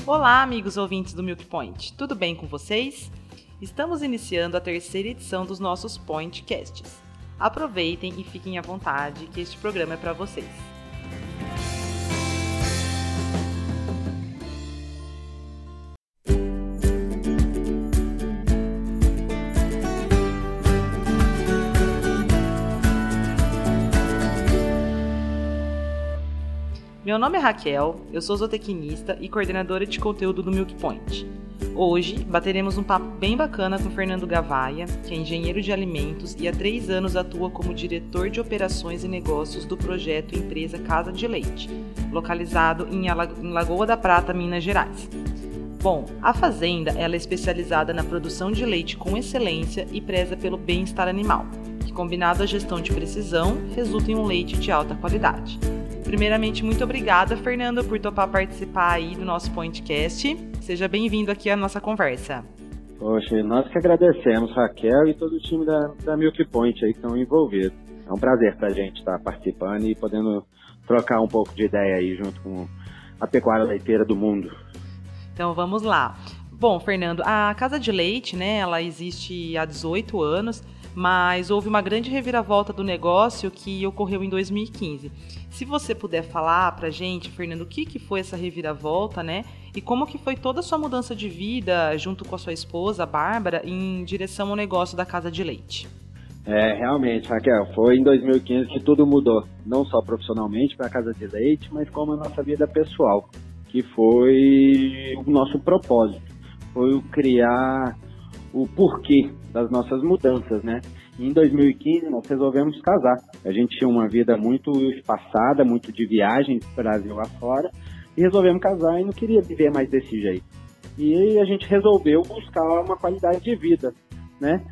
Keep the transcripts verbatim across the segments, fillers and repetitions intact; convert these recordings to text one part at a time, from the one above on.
Olá, amigos ouvintes do Milk Point, tudo bem com vocês? Estamos iniciando a terceira edição dos nossos Pointcasts. Aproveitem e fiquem à vontade, que este programa é para vocês. Meu nome é Raquel, eu sou zootecnista e coordenadora de conteúdo do Milk Point. Hoje, bateremos um papo bem bacana com Fernando Gavaia, que é engenheiro de alimentos e há três anos atua como diretor de operações e negócios do projeto Empresa Casa de Leite, localizado em Lagoa da Prata, Minas Gerais. Bom, a fazenda ela é especializada na produção de leite com excelência e preza pelo bem-estar animal, que combinado à gestão de precisão, resulta em um leite de alta qualidade. Primeiramente, muito obrigada, Fernando, por topar participar aí do nosso Pointcast. Seja bem-vindo aqui à nossa conversa. Poxa, nós que agradecemos, Raquel e todo o time da, da Milk Point aí que estão envolvidos. É um prazer para a gente estar participando e podendo trocar um pouco de ideia aí junto com a pecuária leiteira do mundo. Então vamos lá. Bom, Fernando, a Casa de Leite, né, ela existe há dezoito anos, mas houve uma grande reviravolta do negócio que ocorreu em dois mil e quinze. Se você puder falar pra gente, Fernando, o que, que foi essa reviravolta, né? E como que foi toda a sua mudança de vida junto com a sua esposa, a Bárbara, em direção ao negócio da Casa de Leite? É, realmente, Raquel, foi em dois mil e quinze que tudo mudou, não só profissionalmente para a Casa de Leite, mas como a nossa vida pessoal, que foi o nosso propósito, foi o criar o porquê das nossas mudanças, né? E em dois mil e quinze nós resolvemos casar. A gente tinha uma vida muito espaçada, muito de viagens Brasil afora, e resolvemos casar e não queria viver mais desse jeito. E aí a gente resolveu buscar uma qualidade de vida, né?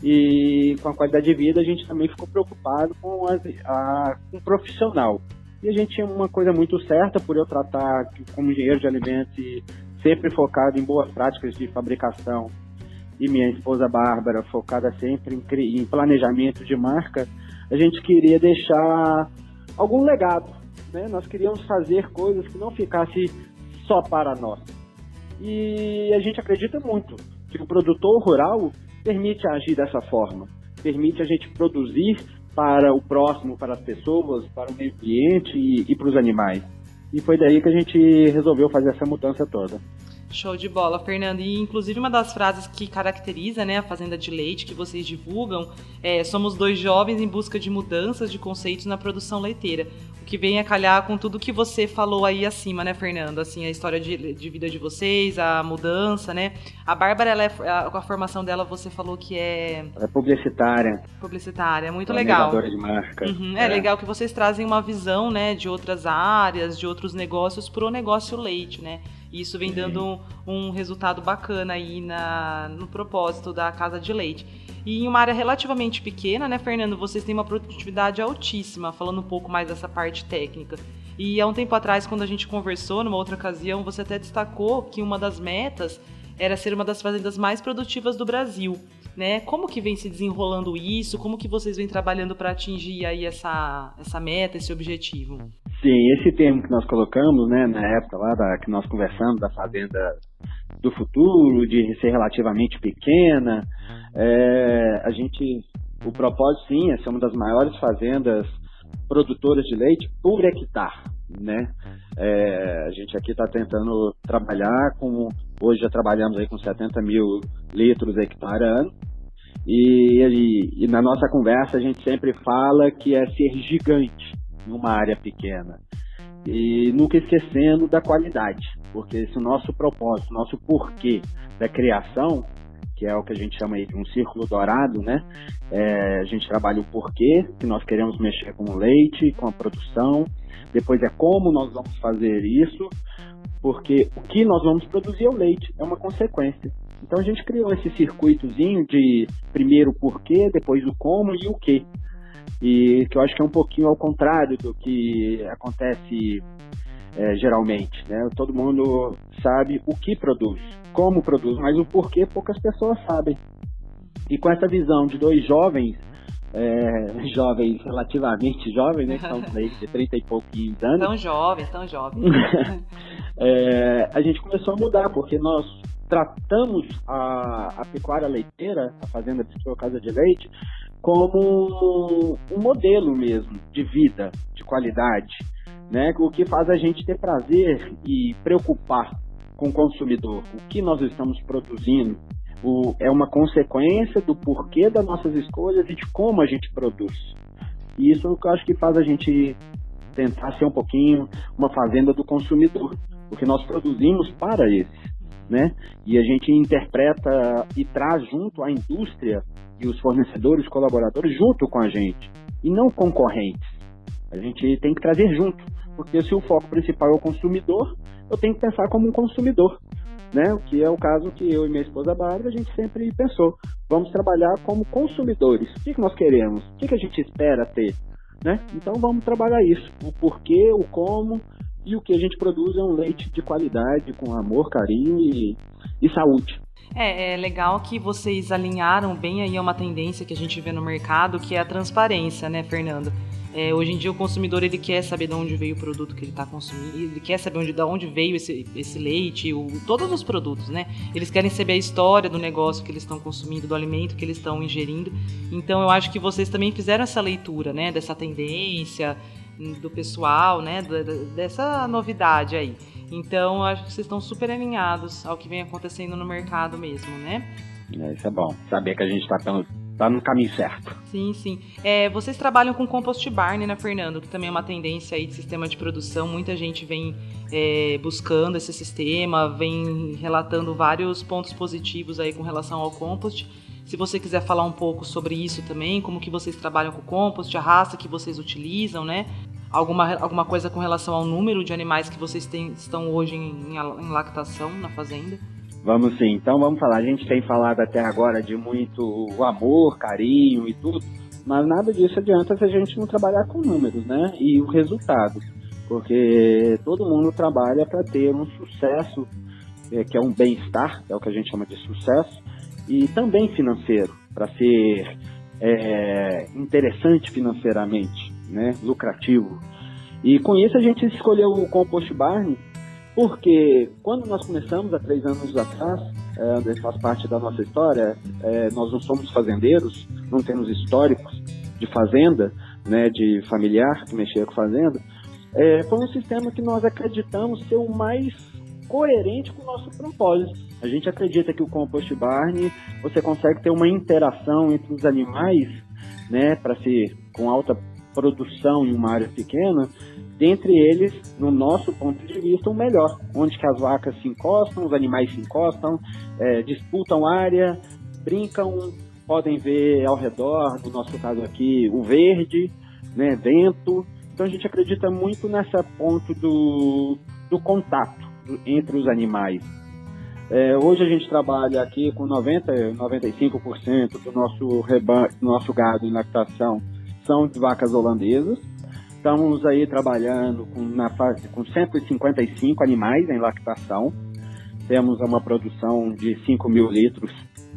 E com a qualidade de vida a gente também ficou preocupado com, a, a, com o profissional. E a gente tinha uma coisa muito certa, por eu tratar como engenheiro de alimentos e sempre focado em boas práticas de fabricação, e minha esposa Bárbara, focada sempre em, em planejamento de marca, a gente queria deixar algum legado, né? Nós queríamos fazer coisas que não ficassem só para nós. E a gente acredita muito que o produtor rural permite agir dessa forma, permite a gente produzir para o próximo, para as pessoas, para o meio ambiente e, e para os animais. E foi daí que a gente resolveu fazer essa mudança toda. Show de bola, Fernando. E, inclusive, uma das frases que caracteriza, né, a Fazenda de Leite que vocês divulgam é: somos dois jovens em busca de mudanças de conceitos na produção leiteira. O que vem a calhar com tudo que você falou aí acima, né, Fernando? Assim, a história de, de vida de vocês, a mudança, né? A Bárbara, ela é, a, a formação dela, você falou que é... É publicitária. Publicitária, muito legal. Planejadora de marca. Uhum, é, é legal que vocês trazem uma visão, né, de outras áreas, de outros negócios pro negócio leite, né? E isso vem dando um, um resultado bacana aí na, no propósito da Casa de Leite. E em uma área relativamente pequena, né, Fernando, vocês têm uma produtividade altíssima, falando um pouco mais dessa parte técnica. E há um tempo atrás, quando a gente conversou, numa outra ocasião, você até destacou que uma das metas era ser uma das fazendas mais produtivas do Brasil, né? Como que vem se desenrolando isso? Como que vocês vêm trabalhando para atingir aí essa, essa meta, esse objetivo? Sim, esse termo que nós colocamos, né, na época lá da, que nós conversamos da fazenda do futuro, de ser relativamente pequena, é, a gente, o propósito sim é ser uma das maiores fazendas produtoras de leite por hectare, né? É, a gente aqui está tentando trabalhar com, hoje já trabalhamos aí com setenta mil litros hectare ano, e, e, e na nossa conversa a gente sempre fala que é ser gigante numa área pequena, e nunca esquecendo da qualidade, porque esse é o nosso propósito, nosso porquê da criação, que é o que a gente chama aí de um círculo dourado, né? É, a gente trabalha o porquê, que nós queremos mexer com o leite, com a produção, depois é como nós vamos fazer isso, porque o que nós vamos produzir é o leite, é uma consequência. Então a gente criou esse circuitozinho de primeiro o porquê, depois o como e o que. E que eu acho que é um pouquinho ao contrário do que acontece é, geralmente, né? Todo mundo sabe o que produz, como produz, mas o porquê poucas pessoas sabem. E com essa visão de dois jovens, é, jovens, relativamente jovens, né? Que são de trinta e pouquinhos anos. Tão jovens, tão jovens. é, a gente começou a mudar, porque nós tratamos a, a pecuária leiteira, a fazenda Bistrô Casa de Leite, como um modelo mesmo de vida, de qualidade, né? O que faz a gente ter prazer e preocupar com o consumidor. O que nós estamos produzindo o, é uma consequência do porquê das nossas escolhas e de como a gente produz. E isso é o que eu acho que faz a gente tentar ser um pouquinho uma fazenda do consumidor, porque nós produzimos para esse, né? E a gente interpreta e traz junto a indústria e os fornecedores, colaboradores junto com a gente, e não concorrentes. A gente tem que trazer junto, porque se o foco principal é o consumidor, eu tenho que pensar como um consumidor, né? O que é o caso que eu e minha esposa Bárbara, a gente sempre pensou. Vamos trabalhar como consumidores. O que, que nós queremos? O que, que a gente espera ter? Né? Então vamos trabalhar isso. O porquê, o como e o que a gente produz é um leite de qualidade, com amor, carinho e, e saúde. É, é legal que vocês alinharam bem aí a uma tendência que a gente vê no mercado, que é a transparência, né, Fernando? É, hoje em dia o consumidor ele quer saber de onde veio o produto que ele está consumindo, ele quer saber onde, de onde veio esse, esse leite, o, todos os produtos, né? Eles querem saber a história do negócio que eles estão consumindo, do alimento que eles estão ingerindo. Então eu acho que vocês também fizeram essa leitura, né? Dessa tendência do pessoal, né? Dessa novidade aí. Então eu acho que vocês estão super alinhados ao que vem acontecendo no mercado mesmo, né? É, isso é bom, saber que a gente está pelo Tá no caminho certo. Sim, sim. É, vocês trabalham com compost barn, né, Fernando? Que também é uma tendência aí de sistema de produção. Muita gente vem é, buscando esse sistema, vem relatando vários pontos positivos aí com relação ao compost. Se você quiser falar um pouco sobre isso também, como que vocês trabalham com o compost, a raça que vocês utilizam, né? Alguma, alguma coisa com relação ao número de animais que vocês têm, estão hoje em, em lactação na fazenda? Vamos sim, então vamos falar. A gente tem falado até agora de muito amor, carinho e tudo, mas nada disso adianta se a gente não trabalhar com números, né? E o resultado, porque todo mundo trabalha para ter um sucesso, é, que é um bem-estar, é o que a gente chama de sucesso, e também financeiro, para ser é, interessante financeiramente, né? Lucrativo. E com isso a gente escolheu o Compost Barn, porque quando nós começamos há três anos atrás, é, faz parte da nossa história, é, nós não somos fazendeiros, não temos históricos de fazenda, né, de familiar que mexia com fazenda, é, foi um sistema que nós acreditamos ser o mais coerente com o nosso propósito. A gente acredita que o Compost Barn, você consegue ter uma interação entre os animais, né, para ser com alta produção em uma área pequena, dentre eles, no nosso ponto de vista, o melhor, onde que as vacas se encostam, os animais se encostam, é, disputam área, brincam, podem ver ao redor, no nosso caso aqui, o verde, né, vento. Então a gente acredita muito nessa ponto do, do contato entre os animais. É, hoje a gente trabalha aqui com noventa, noventa e cinco por cento do nosso, reban- do nosso gado em lactação são de vacas holandesas. Estamos aí trabalhando com, na fase, com cento e cinquenta e cinco animais em lactação. Temos uma produção de cinco mil litros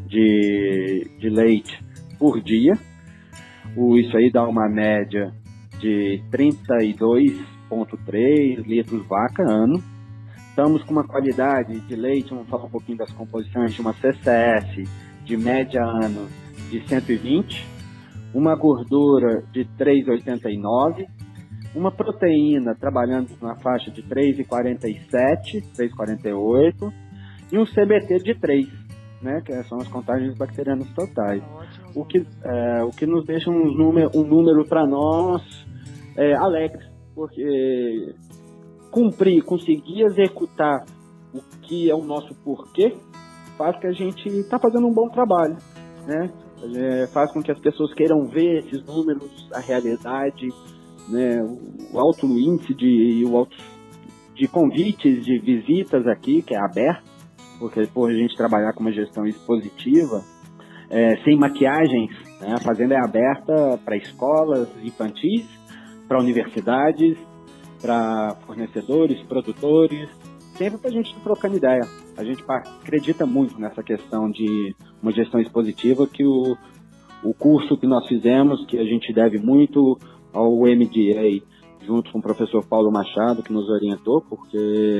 de, de leite por dia. O, isso aí dá uma média de trinta e dois vírgula três litros vaca ano. Estamos com uma qualidade de leite, vamos falar um pouquinho das composições, de uma C C S de média ano de cento e vinte, uma gordura de três vírgula oitenta e nove, uma proteína trabalhando na faixa de três vírgula quarenta e sete, três vírgula quarenta e oito e um C B T de três, né, que são as contagens bacterianas totais. O que, é, o que nos deixa um número, um número para nós é, alegres, porque cumprir, conseguir executar o que é o nosso porquê, faz que a gente está fazendo um bom trabalho, né? É, faz com que as pessoas queiram ver esses números, a realidade, né? O alto índice de, o alto, de convites, de visitas aqui, que é aberto, porque por a gente trabalhar com uma gestão expositiva, é, sem maquiagens, né? A fazenda é aberta para escolas infantis, para universidades, para fornecedores, produtores, sempre para a gente estar trocando ideia. A gente acredita muito nessa questão de uma gestão expositiva, que o, o curso que nós fizemos, que a gente deve muito ao M D A, junto com o professor Paulo Machado, que nos orientou, porque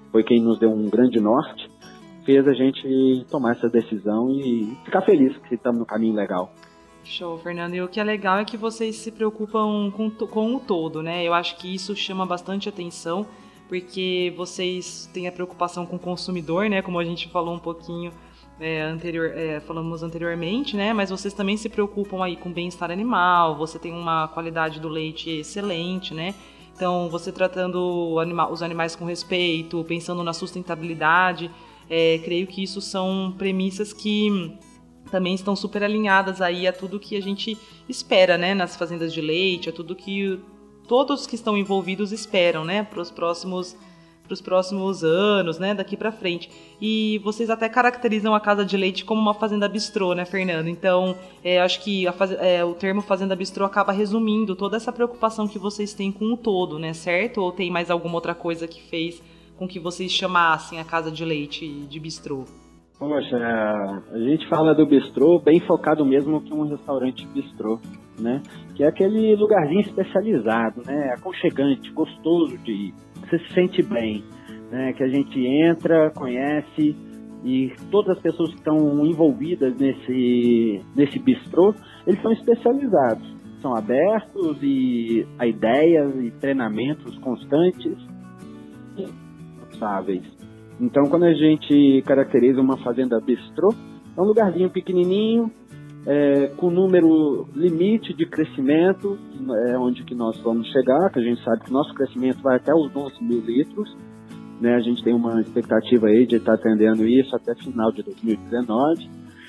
foi quem nos deu um grande norte, fez a gente tomar essa decisão e ficar feliz que estamos no caminho legal. Show, Fernando. E o que é legal é que vocês se preocupam com, com o todo, né? Eu acho que isso chama bastante atenção, porque vocês têm a preocupação com o consumidor, né? Como a gente falou um pouquinho é, anterior, é, falamos anteriormente, né? Mas vocês também se preocupam aí com o bem-estar animal, você tem uma qualidade do leite excelente, né? Então, você tratando anima- os animais com respeito, pensando na sustentabilidade, é, creio que isso são premissas que também estão super alinhadas aí a tudo que a gente espera, né, nas fazendas de leite, a tudo que todos que estão envolvidos esperam, né, para os próximos, para os próximos anos, né, daqui para frente. E vocês até caracterizam a Casa de Leite como uma fazenda bistrô, né, Fernando? Então, é, acho que a faz... é, o termo fazenda bistrô acaba resumindo toda essa preocupação que vocês têm com o todo, né, certo? Ou tem mais alguma outra coisa que fez com que vocês chamassem a Casa de Leite de bistrô? Poxa, a gente fala do bistrô bem focado mesmo que um restaurante bistrô, né? Que é aquele lugarzinho especializado, né? Aconchegante, gostoso de ir. Você se sente bem, né? Que a gente entra, conhece e todas as pessoas que estão envolvidas nesse, nesse bistrô, eles são especializados. São abertos e a ideias e treinamentos constantes e responsáveis. Então, quando a gente caracteriza uma fazenda bistrô, é um lugarzinho pequenininho, é, com número limite de crescimento, é onde que nós vamos chegar, que a gente sabe que nosso crescimento vai até os onze mil litros, né? A gente tem uma expectativa aí de estar atendendo isso até final de dois mil e dezenove.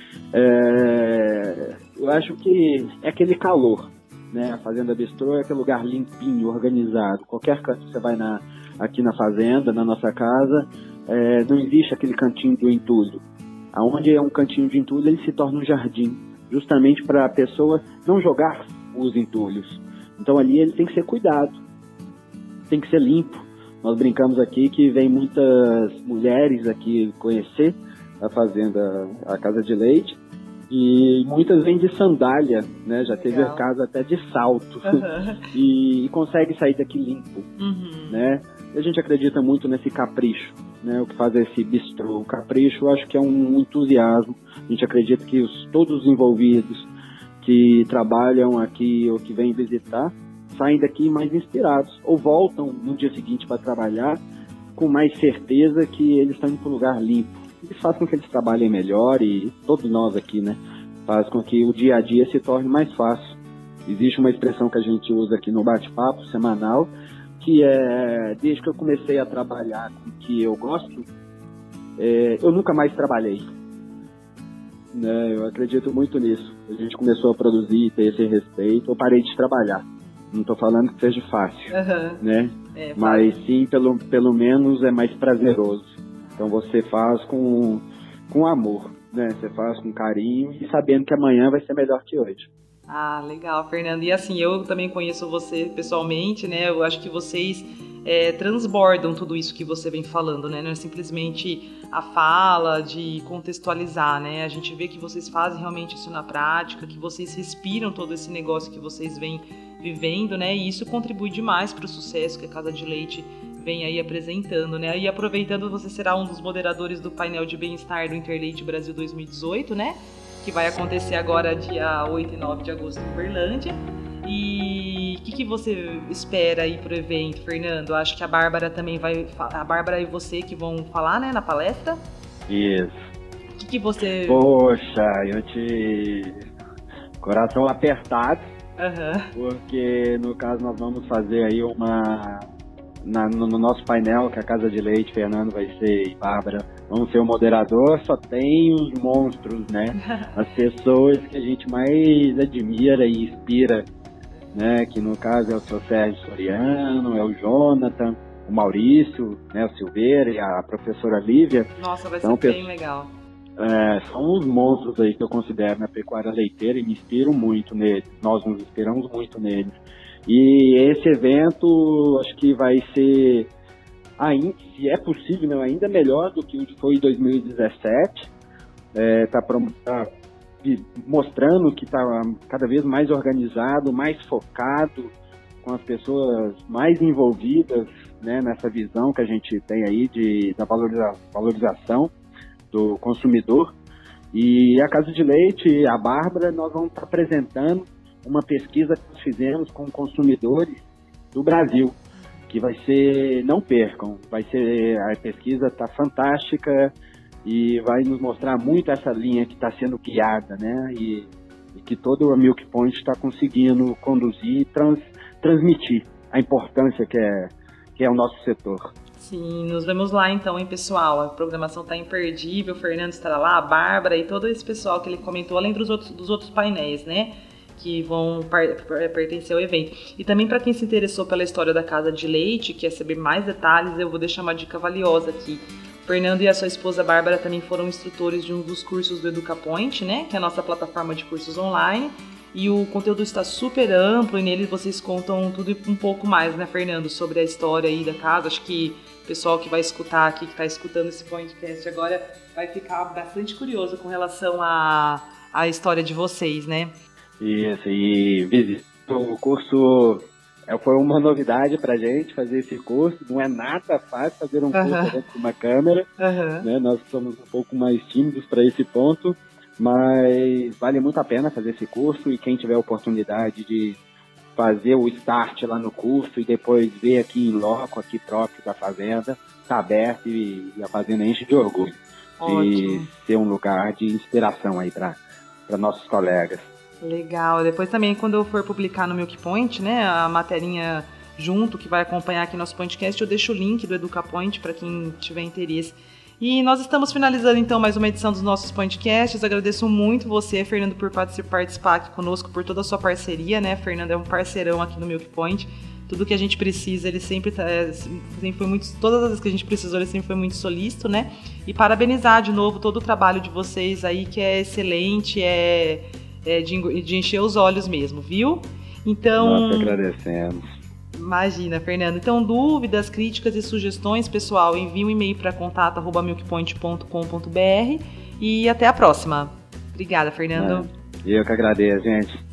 É, eu acho que é aquele calor, né? A fazenda bistrô é aquele lugar limpinho, organizado. Qualquer canto que você vai na, aqui na fazenda, na nossa casa, É, não existe aquele cantinho do entulho. Aonde é um cantinho de entulho, ele se torna um jardim, justamente para a pessoa não jogar os entulhos. Então ali ele tem que ser cuidado, tem que ser limpo. Nós brincamos aqui que vem muitas mulheres aqui conhecer a fazenda, a Casa de Leite, e muitas vêm de sandália, né? Já teve Legal. a casa até de salto, uhum. e, e consegue sair daqui limpo, uhum. né? E a gente acredita muito nesse capricho, né? O que faz esse bistrô. O capricho, eu acho que é um entusiasmo. A gente acredita que os, todos os envolvidos que trabalham aqui ou que vêm visitar saem daqui mais inspirados ou voltam no dia seguinte para trabalhar com mais certeza que eles estão indo para um lugar limpo. Isso faz com que eles trabalhem melhor e todos nós aqui, né? Faz com que o dia a dia se torne mais fácil. Existe uma expressão que a gente usa aqui no bate-papo semanal, que é, desde que eu comecei a trabalhar com o que eu gosto, é, eu nunca mais trabalhei. Né? Eu acredito muito nisso. A gente começou a produzir e ter esse respeito, eu parei de trabalhar. Não estou falando que seja fácil, uhum. né? É, mas sim, pelo, pelo menos é mais prazeroso. Então você faz com, com amor, né? Você faz com carinho e sabendo que amanhã vai ser melhor que hoje. Ah, legal, Fernando. E assim, eu também conheço você pessoalmente, né? Eu acho que vocês é, transbordam tudo isso que você vem falando, né? Não é simplesmente a fala de contextualizar, né? A gente vê que vocês fazem realmente isso na prática, que vocês respiram todo esse negócio que vocês vêm vivendo, né? E isso contribui demais para o sucesso que a Casa de Leite vem aí apresentando, né? E aproveitando, você será um dos moderadores do painel de bem-estar do Interleite Brasil dois mil e dezoito, né? Que vai acontecer agora dia oito e nove de agosto em Uberlândia. E o que, que você espera aí pro evento, Fernando? Acho que a Bárbara também vai... A Bárbara e você que vão falar, né, na palestra? Isso. O que, que você... Poxa, eu te... Coração apertado. Uhum. Porque, no caso, nós vamos fazer aí uma... Na, no, no nosso painel, que a Casa de Leite, Fernando vai ser e Bárbara, vamos ser o moderador, só tem os monstros, né? As pessoas que a gente mais admira e inspira, né? Que no caso é o seu Sérgio Soriano, é o Jonathan, o Maurício, né? O Silveira e a professora Lívia. Nossa, vai são ser bem legal. É, são os monstros aí que eu considero na pecuária leiteira e me inspiro muito neles. Nós nos inspiramos muito neles. E esse evento, acho que vai ser, ainda, se é possível, não, ainda melhor do que o que foi em dois mil e dezessete. É, tá, tá mostrando que está cada vez mais organizado, mais focado, com as pessoas mais envolvidas né, nessa visão que a gente tem aí de, da valoriza, valorização do consumidor. E a Casa de Leite e a Bárbara, nós vamos estar apresentando uma pesquisa que nós fizemos com consumidores do Brasil, que vai ser, não percam, vai ser, a pesquisa está fantástica e vai nos mostrar muito essa linha que está sendo guiada, né, e, e que todo o Milk Point está conseguindo conduzir e trans, transmitir a importância que é, que é o nosso setor. Sim, nos vemos lá então, hein, pessoal? A programação está imperdível, o Fernando estará lá, a Bárbara e todo esse pessoal que ele comentou, além dos outros, dos outros painéis, né, que vão par- pertencer ao evento. E também para quem se interessou pela história da Casa de Leite, quer saber mais detalhes, eu vou deixar uma dica valiosa aqui. O Fernando e a sua esposa Bárbara também foram instrutores de um dos cursos do EducaPoint, né, que é a nossa plataforma de cursos online, e o conteúdo está super amplo e nele vocês contam tudo e um pouco mais, né, Fernando, sobre a história aí da casa. Acho que o pessoal que vai escutar aqui, que está escutando esse podcast agora, vai ficar bastante curioso com relação à, à história de vocês, né? Isso, e visita. O curso é, foi uma novidade pra gente fazer esse curso. Não é nada fácil fazer um curso uhum. dentro de uma câmera. Uhum. Né? Nós somos um pouco mais tímidos para esse ponto, mas vale muito a pena fazer esse curso. E quem tiver a oportunidade de fazer o start lá no curso e depois ver aqui em loco, aqui próprio da fazenda, tá aberto e, e a fazenda enche de orgulho. Ótimo. De ser um lugar de inspiração aí para nossos colegas. Legal. Depois também, quando eu for publicar no Milk Point, né, a materinha junto, que vai acompanhar aqui nosso podcast, eu deixo o link do EducaPoint para quem tiver interesse. E nós estamos finalizando, então, mais uma edição dos nossos podcasts. Agradeço muito você, Fernando, por participar aqui conosco, por toda a sua parceria, né? Fernando é um parceirão aqui no Milk Point. Tudo que a gente precisa, ele sempre, tá, sempre foi muito... Todas as vezes que a gente precisou, ele sempre foi muito solícito, né? E parabenizar de novo todo o trabalho de vocês aí, que é excelente, é... É de, de encher os olhos mesmo, viu? Então... Nós agradecemos. Imagina, Fernando. Então, dúvidas, críticas e sugestões, pessoal, envie um e-mail para contato arroba milkpoint ponto com ponto b r e até a próxima. Obrigada, Fernando. É, eu que agradeço, gente.